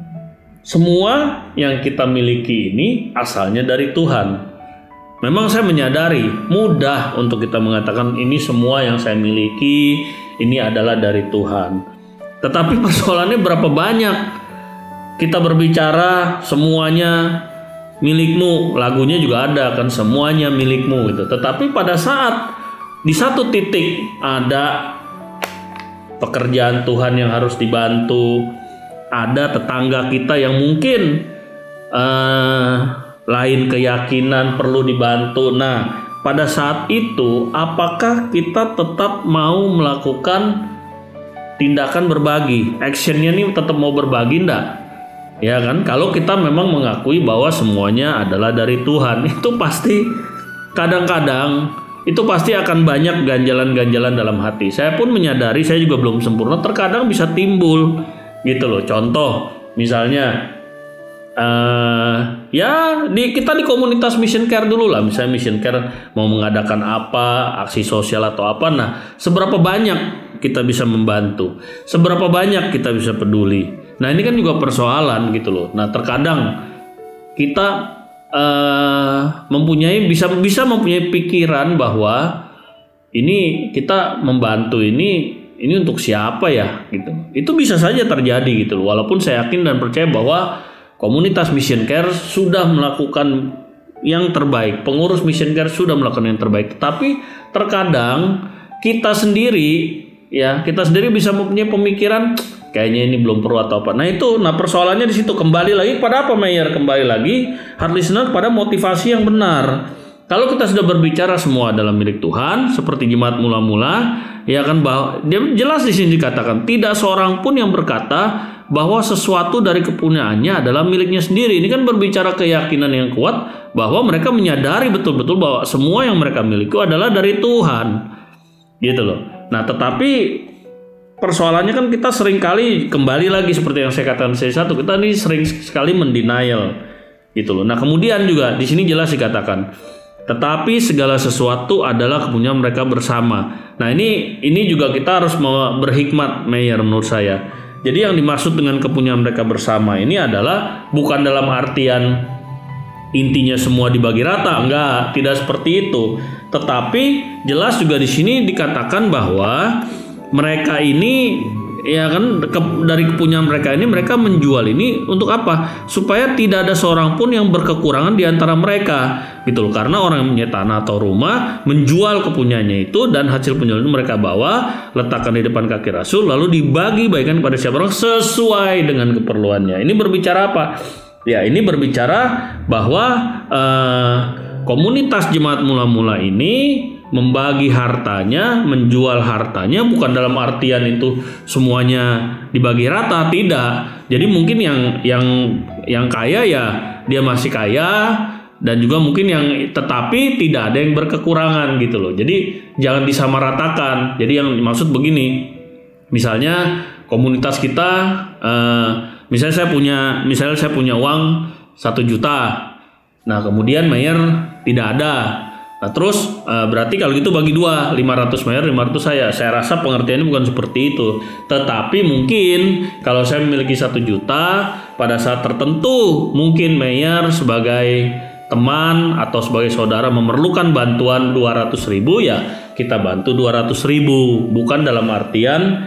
semua yang kita miliki ini asalnya dari Tuhan. Memang saya menyadari mudah untuk kita mengatakan ini semua yang saya miliki ini adalah dari Tuhan. Tetapi persoalannya berapa banyak kita berbicara semuanya milikmu, lagunya juga ada kan, semuanya milikmu gitu. Tetapi pada saat di satu titik ada pekerjaan Tuhan yang harus dibantu, ada tetangga kita yang mungkin uh, lain keyakinan perlu dibantu. Nah, pada saat itu apakah kita tetap mau melakukan tindakan berbagi? Actionnya nih tetap mau berbagi enggak? Ya kan, kalau kita memang mengakui bahwa semuanya adalah dari Tuhan, itu pasti kadang-kadang itu pasti akan banyak ganjalan-ganjalan dalam hati. Saya pun menyadari saya juga belum sempurna, terkadang bisa timbul gitu loh. Contoh misalnya uh, ya di kita di komunitas Mission Care dulu lah, misalnya Mission Care mau mengadakan apa, aksi sosial atau apa. Nah, seberapa banyak kita bisa membantu, seberapa banyak kita bisa peduli. Nah, ini kan juga persoalan gitu loh. Nah, terkadang kita uh, mempunyai bisa bisa mempunyai pikiran bahwa ini kita membantu ini ini untuk siapa ya gitu. Itu bisa saja terjadi gitu loh. Walaupun saya yakin dan percaya bahwa komunitas Mission Care sudah melakukan yang terbaik, pengurus Mission Care sudah melakukan yang terbaik. Tapi terkadang kita sendiri ya, kita sendiri bisa mempunyai pemikiran kayaknya ini belum perlu atau apa. Nah itu, nah persoalannya di situ. Kembali lagi pada apa, Mayer? Kembali lagi hard listener pada motivasi yang benar. Kalau kita sudah berbicara semua adalah milik Tuhan, seperti jemaat mula-mula, ya kan, bahwa dia jelas di sini dikatakan tidak seorang pun yang berkata bahwa sesuatu dari kepunyaannya adalah miliknya sendiri. Ini kan berbicara keyakinan yang kuat bahwa mereka menyadari betul-betul bahwa semua yang mereka miliki adalah dari Tuhan, gitu loh. Nah, tetapi persoalannya kan kita sering kali kembali lagi seperti yang saya katakan sesi satu, kita ini sering sekali mendenial, gitu loh. Nah, kemudian juga di sini jelas dikatakan tetapi segala sesuatu adalah kepunyaan mereka bersama. Nah ini ini juga kita harus berhikmat, Mayer, menurut saya. Jadi yang dimaksud dengan kepunyaan mereka bersama ini adalah bukan dalam artian intinya semua dibagi rata, enggak, tidak seperti itu. Tetapi jelas juga di sini dikatakan bahwa mereka ini ya kan ke, dari kepunyaan mereka ini mereka menjual ini untuk apa? Supaya tidak ada seorang pun yang berkekurangan di antara mereka, gitu loh. Karena orang yang punya tanah atau rumah menjual kepunyaannya itu dan hasil penjualan itu mereka bawa, letakkan di depan kaki Rasul, lalu dibagi-bagikan kepada siapa orang sesuai dengan keperluannya. Ini berbicara apa? Ya, ini berbicara bahwa eh, komunitas jemaat mula-mula ini membagi hartanya, menjual hartanya bukan dalam artian itu semuanya dibagi rata, tidak. Jadi mungkin yang yang yang kaya ya dia masih kaya, dan juga mungkin yang tetapi tidak ada yang berkekurangan, gitu loh. Jadi jangan disamaratakan. Jadi yang dimaksud begini, misalnya komunitas kita, eh, misalnya saya punya, misalnya saya punya uang satu juta. Nah kemudian Mayer tidak ada. Nah terus uh, berarti kalau gitu bagi dua, lima ratus Mayer, lima ratus saya. Saya rasa pengertiannya bukan seperti itu. Tetapi mungkin kalau saya memiliki satu juta, pada saat tertentu mungkin Mayer sebagai teman atau sebagai saudara memerlukan bantuan dua ratus ribu, ya kita bantu dua ratus ribu. Bukan dalam artian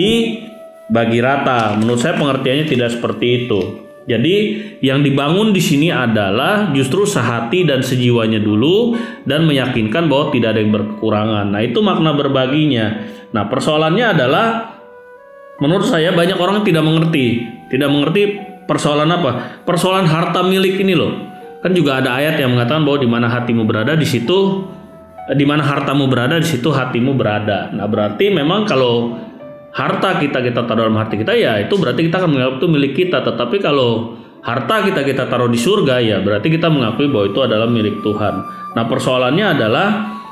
dibagi rata. Menurut saya pengertiannya tidak seperti itu. Jadi yang dibangun di sini adalah justru sehati dan sejiwanya dulu dan meyakinkan bahwa tidak ada yang berkekurangan. Nah itu makna berbaginya. Nah persoalannya adalah menurut saya banyak orang tidak mengerti, tidak mengerti persoalan apa? Persoalan harta milik ini loh. Kan juga ada ayat yang mengatakan bahwa di mana hatimu berada di situ, di mana hartamu berada di situ hatimu berada. Nah berarti memang kalau harta kita kita taruh dalam hati kita, ya itu berarti kita akan menganggap itu milik kita. Tetapi kalau harta kita kita taruh di surga, ya berarti kita mengakui bahwa itu adalah milik Tuhan. Nah persoalannya adalah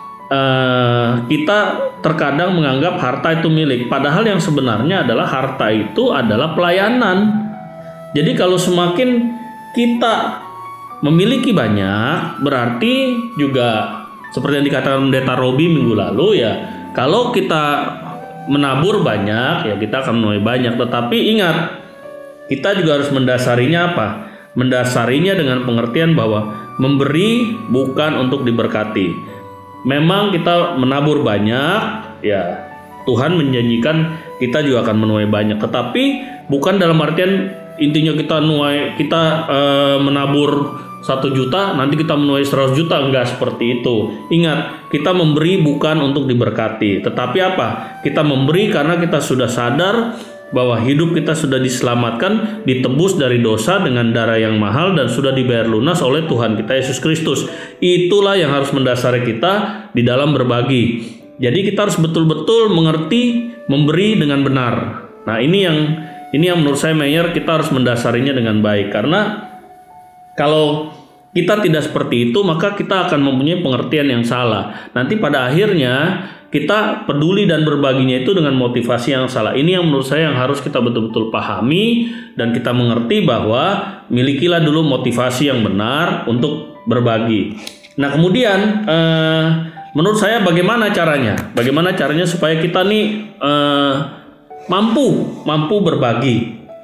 uh, kita terkadang menganggap harta itu milik, padahal yang sebenarnya adalah harta itu adalah pelayanan. Jadi kalau semakin kita memiliki banyak, berarti juga seperti yang dikatakan Pendeta Robi minggu lalu, ya kalau kita menabur banyak, ya kita akan menuai banyak. Tetapi ingat, kita juga harus mendasarinya apa? Mendasarinya dengan pengertian bahwa memberi bukan untuk diberkati. Memang kita menabur banyak, ya Tuhan menjanjikan kita juga akan menuai banyak. Tetapi bukan dalam artian intinya kita nuai, kita uh, menabur satu juta, nanti kita menuai seratus juta, enggak seperti itu. Ingat, kita memberi bukan untuk diberkati, tetapi apa? Kita memberi karena kita sudah sadar bahwa hidup kita sudah diselamatkan, ditebus dari dosa dengan darah yang mahal dan sudah dibayar lunas oleh Tuhan kita Yesus Kristus. Itulah yang harus mendasari kita di dalam berbagi. Jadi kita harus betul-betul mengerti memberi dengan benar. Nah, ini yang ini yang menurut saya Mayer, kita harus mendasarinya dengan baik, karena kalau kita tidak seperti itu, maka kita akan mempunyai pengertian yang salah. Nanti pada akhirnya kita peduli dan berbaginya itu dengan motivasi yang salah. Ini yang menurut saya yang harus kita betul-betul pahami dan kita mengerti bahwa milikilah dulu motivasi yang benar untuk berbagi. Nah kemudian eh, menurut saya bagaimana caranya? Bagaimana caranya supaya kita nih eh, mampu mampu berbagi?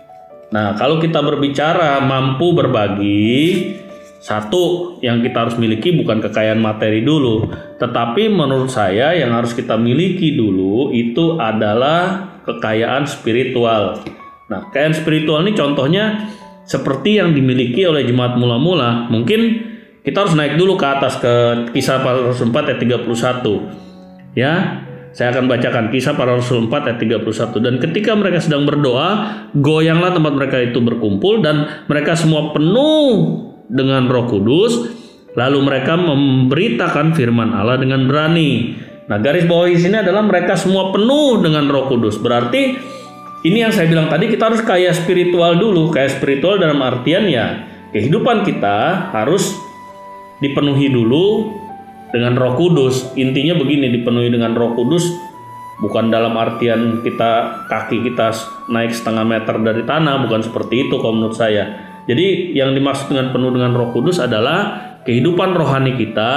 Nah, kalau kita berbicara mampu berbagi, satu yang kita harus miliki bukan kekayaan materi dulu, tetapi menurut saya yang harus kita miliki dulu itu adalah kekayaan spiritual. Nah, kekayaan spiritual ini contohnya seperti yang dimiliki oleh jemaat mula-mula. Mungkin kita harus naik dulu ke atas ke Kisah Para Rasul empat ayat tiga puluh satu. Ya, saya akan bacakan Kisah Para Rasul empat ayat tiga puluh satu. Dan ketika mereka sedang berdoa, goyanglah tempat mereka itu berkumpul dan mereka semua penuh dengan Roh Kudus, lalu mereka memberitakan firman Allah dengan berani. Nah, garis bawah di sini adalah mereka semua penuh dengan Roh Kudus. Berarti ini yang saya bilang tadi, kita harus kaya spiritual dulu. Kaya spiritual dalam artian ya kehidupan kita harus dipenuhi dulu dengan Roh Kudus. Intinya begini, dipenuhi dengan Roh Kudus bukan dalam artian kita kaki kita naik setengah meter dari tanah, bukan seperti itu kalau menurut saya. Jadi yang dimaksud dengan penuh dengan Roh Kudus adalah kehidupan rohani kita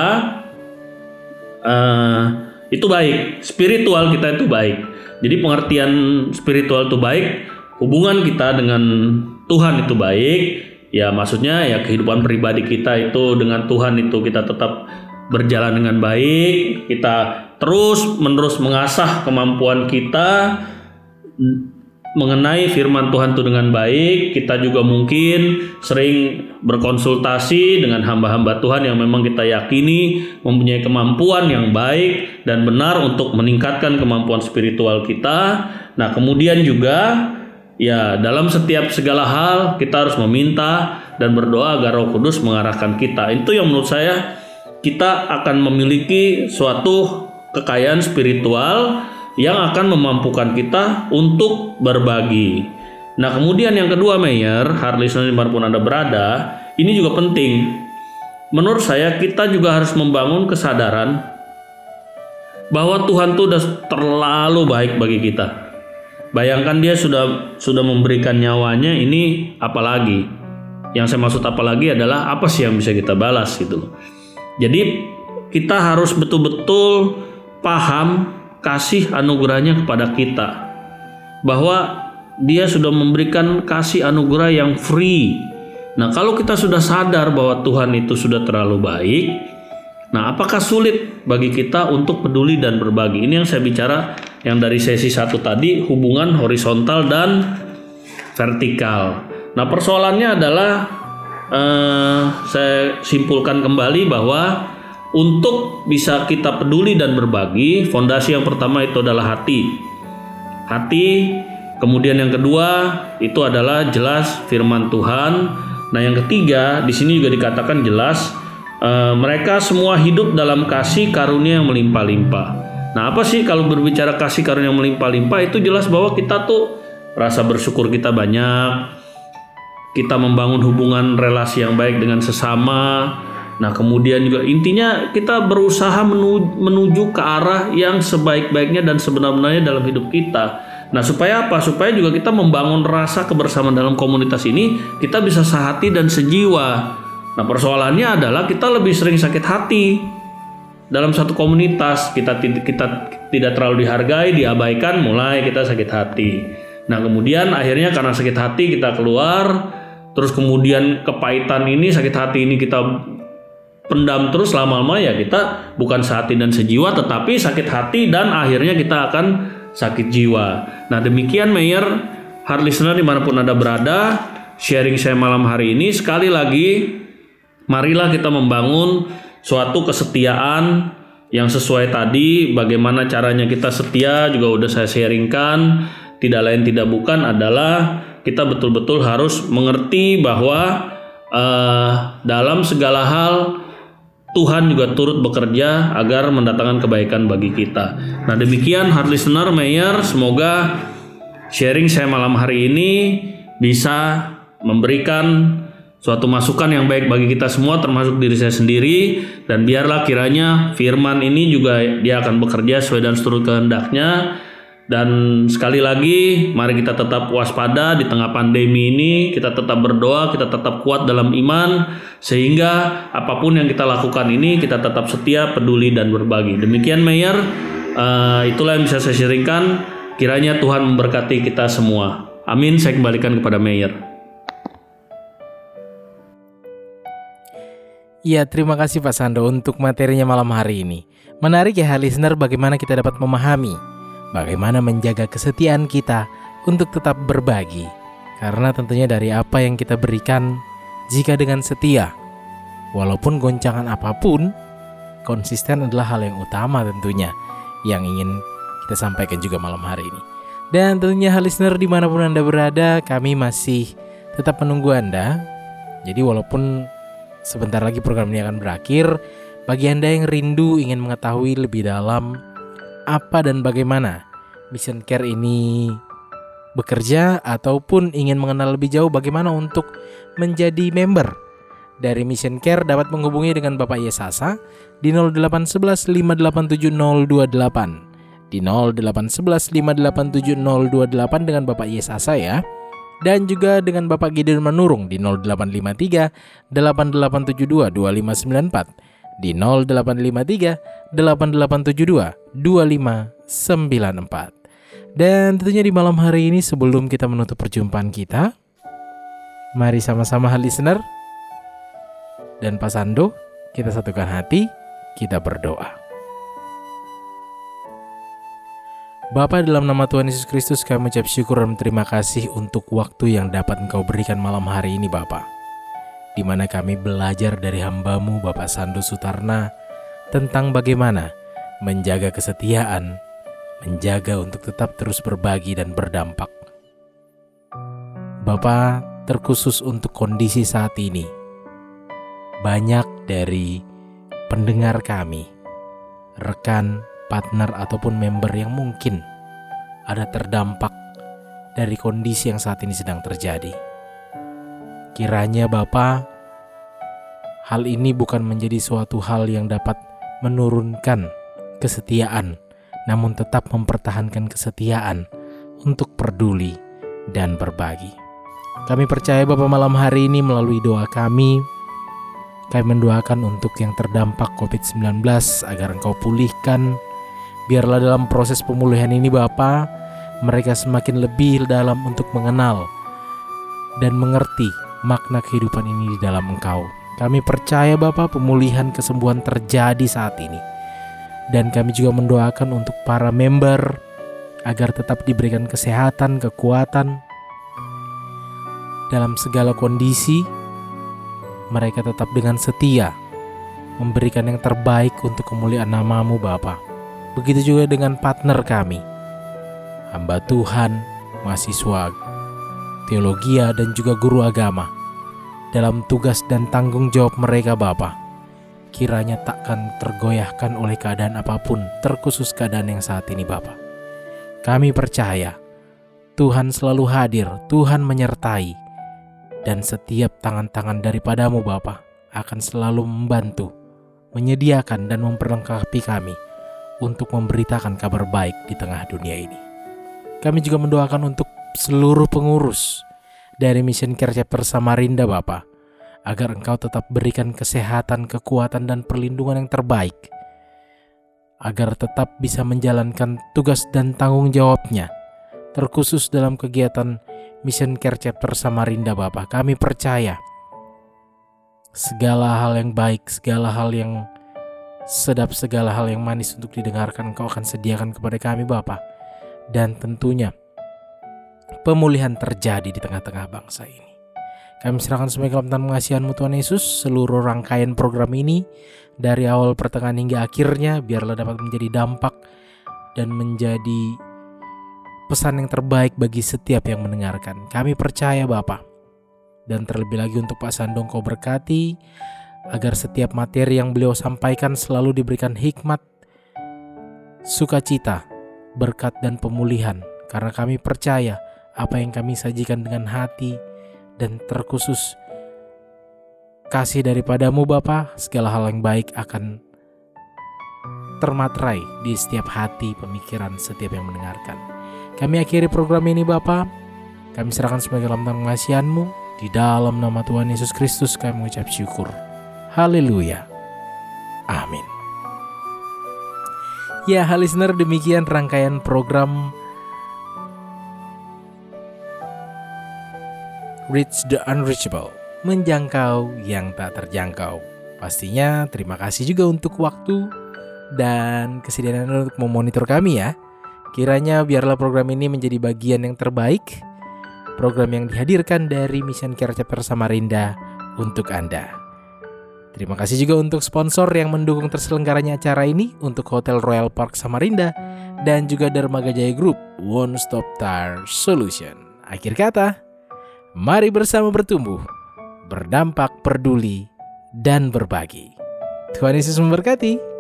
uh, itu baik, spiritual kita itu baik. Jadi pengertian spiritual itu baik, hubungan kita dengan Tuhan itu baik. Ya maksudnya ya kehidupan pribadi kita itu dengan Tuhan itu kita tetap berjalan dengan baik. Kita terus menerus mengasah kemampuan kita mengenai firman Tuhan itu dengan baik. Kita juga mungkin sering berkonsultasi dengan hamba-hamba Tuhan yang memang kita yakini mempunyai kemampuan yang baik dan benar untuk meningkatkan kemampuan spiritual kita. Nah, kemudian juga ya dalam setiap segala hal kita harus meminta dan berdoa agar Roh Kudus mengarahkan kita. Itu yang menurut saya kita akan memiliki suatu kekayaan spiritual yang akan memampukan kita untuk berbagi. Nah, kemudian yang kedua, Mayor, hard listener dimanapun Anda berada, ini juga penting. Menurut saya kita juga harus membangun kesadaran bahwa Tuhan itu sudah terlalu baik bagi kita. Bayangkan dia sudah sudah memberikan nyawanya, ini apalagi? Yang saya maksud apalagi adalah apa sih yang bisa kita balas gitu. Jadi kita harus betul-betul paham kasih anugerahnya kepada kita, bahwa dia sudah memberikan kasih anugerah yang free. Nah, kalau kita sudah sadar bahwa Tuhan itu sudah terlalu baik, nah apakah sulit bagi kita untuk peduli dan berbagi? Ini yang saya bicara yang dari sesi satu tadi, hubungan horizontal dan vertikal. Nah, persoalannya adalah eh, saya simpulkan kembali bahwa untuk bisa kita peduli dan berbagi, fondasi yang pertama itu adalah hati. Hati, kemudian yang kedua itu adalah jelas firman Tuhan. Nah, yang ketiga di sini juga dikatakan jelas e, mereka semua hidup dalam kasih karunia yang melimpah-limpah. Nah, apa sih kalau berbicara kasih karunia yang melimpah-limpah? Itu jelas bahwa kita tuh rasa bersyukur kita banyak. Kita membangun hubungan relasi yang baik dengan sesama. Nah, kemudian juga intinya kita berusaha menuju, menuju ke arah yang sebaik-baiknya dan sebenar-benarnya dalam hidup kita. Nah, supaya apa? Supaya juga kita membangun rasa kebersamaan dalam komunitas ini, kita bisa sehati dan sejiwa. Nah, persoalannya adalah kita lebih sering sakit hati dalam satu komunitas. Kita, kita tidak terlalu dihargai, diabaikan, mulai kita sakit hati. Nah, kemudian akhirnya karena sakit hati kita keluar, terus kemudian kepahitan ini, sakit hati ini kita pendam terus, lama-lama ya kita bukan sehati dan sejiwa, tetapi sakit hati dan akhirnya kita akan sakit jiwa. Nah, demikian Mayor, hard listener dimanapun Anda berada, sharing saya malam hari ini. Sekali lagi, marilah kita membangun suatu kesetiaan yang sesuai tadi. Bagaimana caranya kita setia juga udah saya sharingkan. Tidak lain tidak bukan adalah kita betul-betul harus mengerti bahwa uh, dalam segala hal Tuhan juga turut bekerja agar mendatangkan kebaikan bagi kita. Nah, demikian hard listener Mayor, semoga sharing saya malam hari ini bisa memberikan suatu masukan yang baik bagi kita semua, termasuk diri saya sendiri. Dan biarlah kiranya firman ini juga dia akan bekerja sesuai dan seturut kehendaknya. Dan sekali lagi, mari kita tetap waspada di tengah pandemi ini. Kita tetap berdoa, kita tetap kuat dalam iman, sehingga apapun yang kita lakukan ini kita tetap setia, peduli dan berbagi. Demikian Mayor, uh, itulah yang bisa saya sharingkan. Kiranya Tuhan memberkati kita semua. Amin. Saya kembalikan kepada Mayor. Ya, terima kasih Pak Sando untuk materinya malam hari ini. Menarik ya listener, bagaimana kita dapat memahami bagaimana menjaga kesetiaan kita untuk tetap berbagi. Karena tentunya dari apa yang kita berikan, jika dengan setia, walaupun goncangan apapun, konsisten adalah hal yang utama tentunya yang ingin kita sampaikan juga malam hari ini. Dan tentunya listener dimanapun Anda berada, kami masih tetap menunggu Anda. Jadi walaupun sebentar lagi program ini akan berakhir, bagi Anda yang rindu ingin mengetahui lebih dalam apa dan bagaimana Mission Care ini bekerja, ataupun ingin mengenal lebih jauh bagaimana untuk menjadi member dari Mission Care, dapat menghubungi dengan Bapak Yesasa di nol delapan satu satu lima delapan tujuh nol dua delapan, di nol delapan satu satu lima delapan tujuh nol dua delapan dengan Bapak Yesasa ya. Dan juga dengan Bapak Gideon Manurung di nol delapan lima tiga delapan delapan tujuh dua dua lima sembilan empat, di nol delapan lima tiga delapan delapan tujuh dua dua lima sembilan empat. Dan tentunya di malam hari ini sebelum kita menutup perjumpaan kita, mari sama-sama listener dan Pak Sando, kita satukan hati, kita berdoa. Bapa, dalam nama Tuhan Yesus Kristus kami ucap syukur dan terima kasih untuk waktu yang dapat Engkau berikan malam hari ini Bapa, di mana kami belajar dari hamba-Mu Bapak Sando Sutarna tentang bagaimana menjaga kesetiaan, menjaga untuk tetap terus berbagi dan berdampak. Bapa, terkhusus untuk kondisi saat ini, banyak dari pendengar kami, rekan, partner ataupun member yang mungkin ada terdampak dari kondisi yang saat ini sedang terjadi. Kiranya Bapa, hal ini bukan menjadi suatu hal yang dapat menurunkan kesetiaan, namun tetap mempertahankan kesetiaan untuk peduli dan berbagi. Kami percaya Bapa, malam hari ini melalui doa kami, kami mendoakan untuk yang terdampak covid sembilan belas agar Engkau pulihkan. Biarlah dalam proses pemulihan ini Bapa, mereka semakin lebih dalam untuk mengenal dan mengerti makna kehidupan ini di dalam Engkau. Kami percaya Bapa, pemulihan kesembuhan terjadi saat ini. Dan kami juga mendoakan untuk para member agar tetap diberikan kesehatan, kekuatan dalam segala kondisi. Mereka tetap dengan setia memberikan yang terbaik untuk kemuliaan nama-Mu Bapa. Begitu juga dengan partner kami, hamba Tuhan, mahasiswa teologia dan juga guru agama, dalam tugas dan tanggung jawab mereka Bapa. Kiranya takkan tergoyahkan oleh keadaan apapun, terkhusus keadaan yang saat ini Bapa. Kami percaya Tuhan selalu hadir, Tuhan menyertai, dan setiap tangan-tangan daripada-Mu Bapa akan selalu membantu, menyediakan dan memperlengkapi kami untuk memberitakan kabar baik di tengah dunia ini. Kami juga mendoakan untuk seluruh pengurus dari Mission Care Chapter Samarinda Bapa, agar Engkau tetap berikan kesehatan, kekuatan dan perlindungan yang terbaik, agar tetap bisa menjalankan tugas dan tanggung jawabnya, terkhusus dalam kegiatan Mission Care Chapter Samarinda Bapa. Kami percaya segala hal yang baik, segala hal yang sedap, segala hal yang manis untuk didengarkan Engkau akan sediakan kepada kami Bapa. Dan tentunya pemulihan terjadi di tengah-tengah bangsa ini. Kami serahkan semua ke dalam tangan pengasihan-Mu Tuhan Yesus. Seluruh rangkaian program ini dari awal, pertengahan hingga akhirnya, biarlah dapat menjadi dampak dan menjadi pesan yang terbaik bagi setiap yang mendengarkan. Kami percaya Bapa. Dan terlebih lagi untuk Pak Sando, Engkau berkati agar setiap materi yang beliau sampaikan selalu diberikan hikmat, sukacita, berkat dan pemulihan. Karena kami percaya apa yang kami sajikan dengan hati dan terkhusus kasih daripada-Mu Bapa, segala hal yang baik akan termaterai di setiap hati, pemikiran setiap yang mendengarkan. Kami akhiri program ini Bapa. Kami serahkan sebagai dalam tangan pengasihan-Mu. Di dalam nama Tuhan Yesus Kristus kami mengucap syukur. Haleluya. Amin. Ya, listener, demikian rangkaian program reach the unreachable, menjangkau yang tak terjangkau. Pastinya terima kasih juga untuk waktu dan kesediaan Anda untuk memonitor kami ya. Kiranya biarlah program ini menjadi bagian yang terbaik, program yang dihadirkan dari Mission Care Chapter Samarinda untuk Anda. Terima kasih juga untuk sponsor yang mendukung terselenggaranya acara ini, untuk Hotel Royal Park Samarinda dan juga Dermaga Jaya Group One Stop Tire Solution. Akhir kata, mari bersama bertumbuh, berdampak, peduli, dan berbagi. Tuhan Yesus memberkati.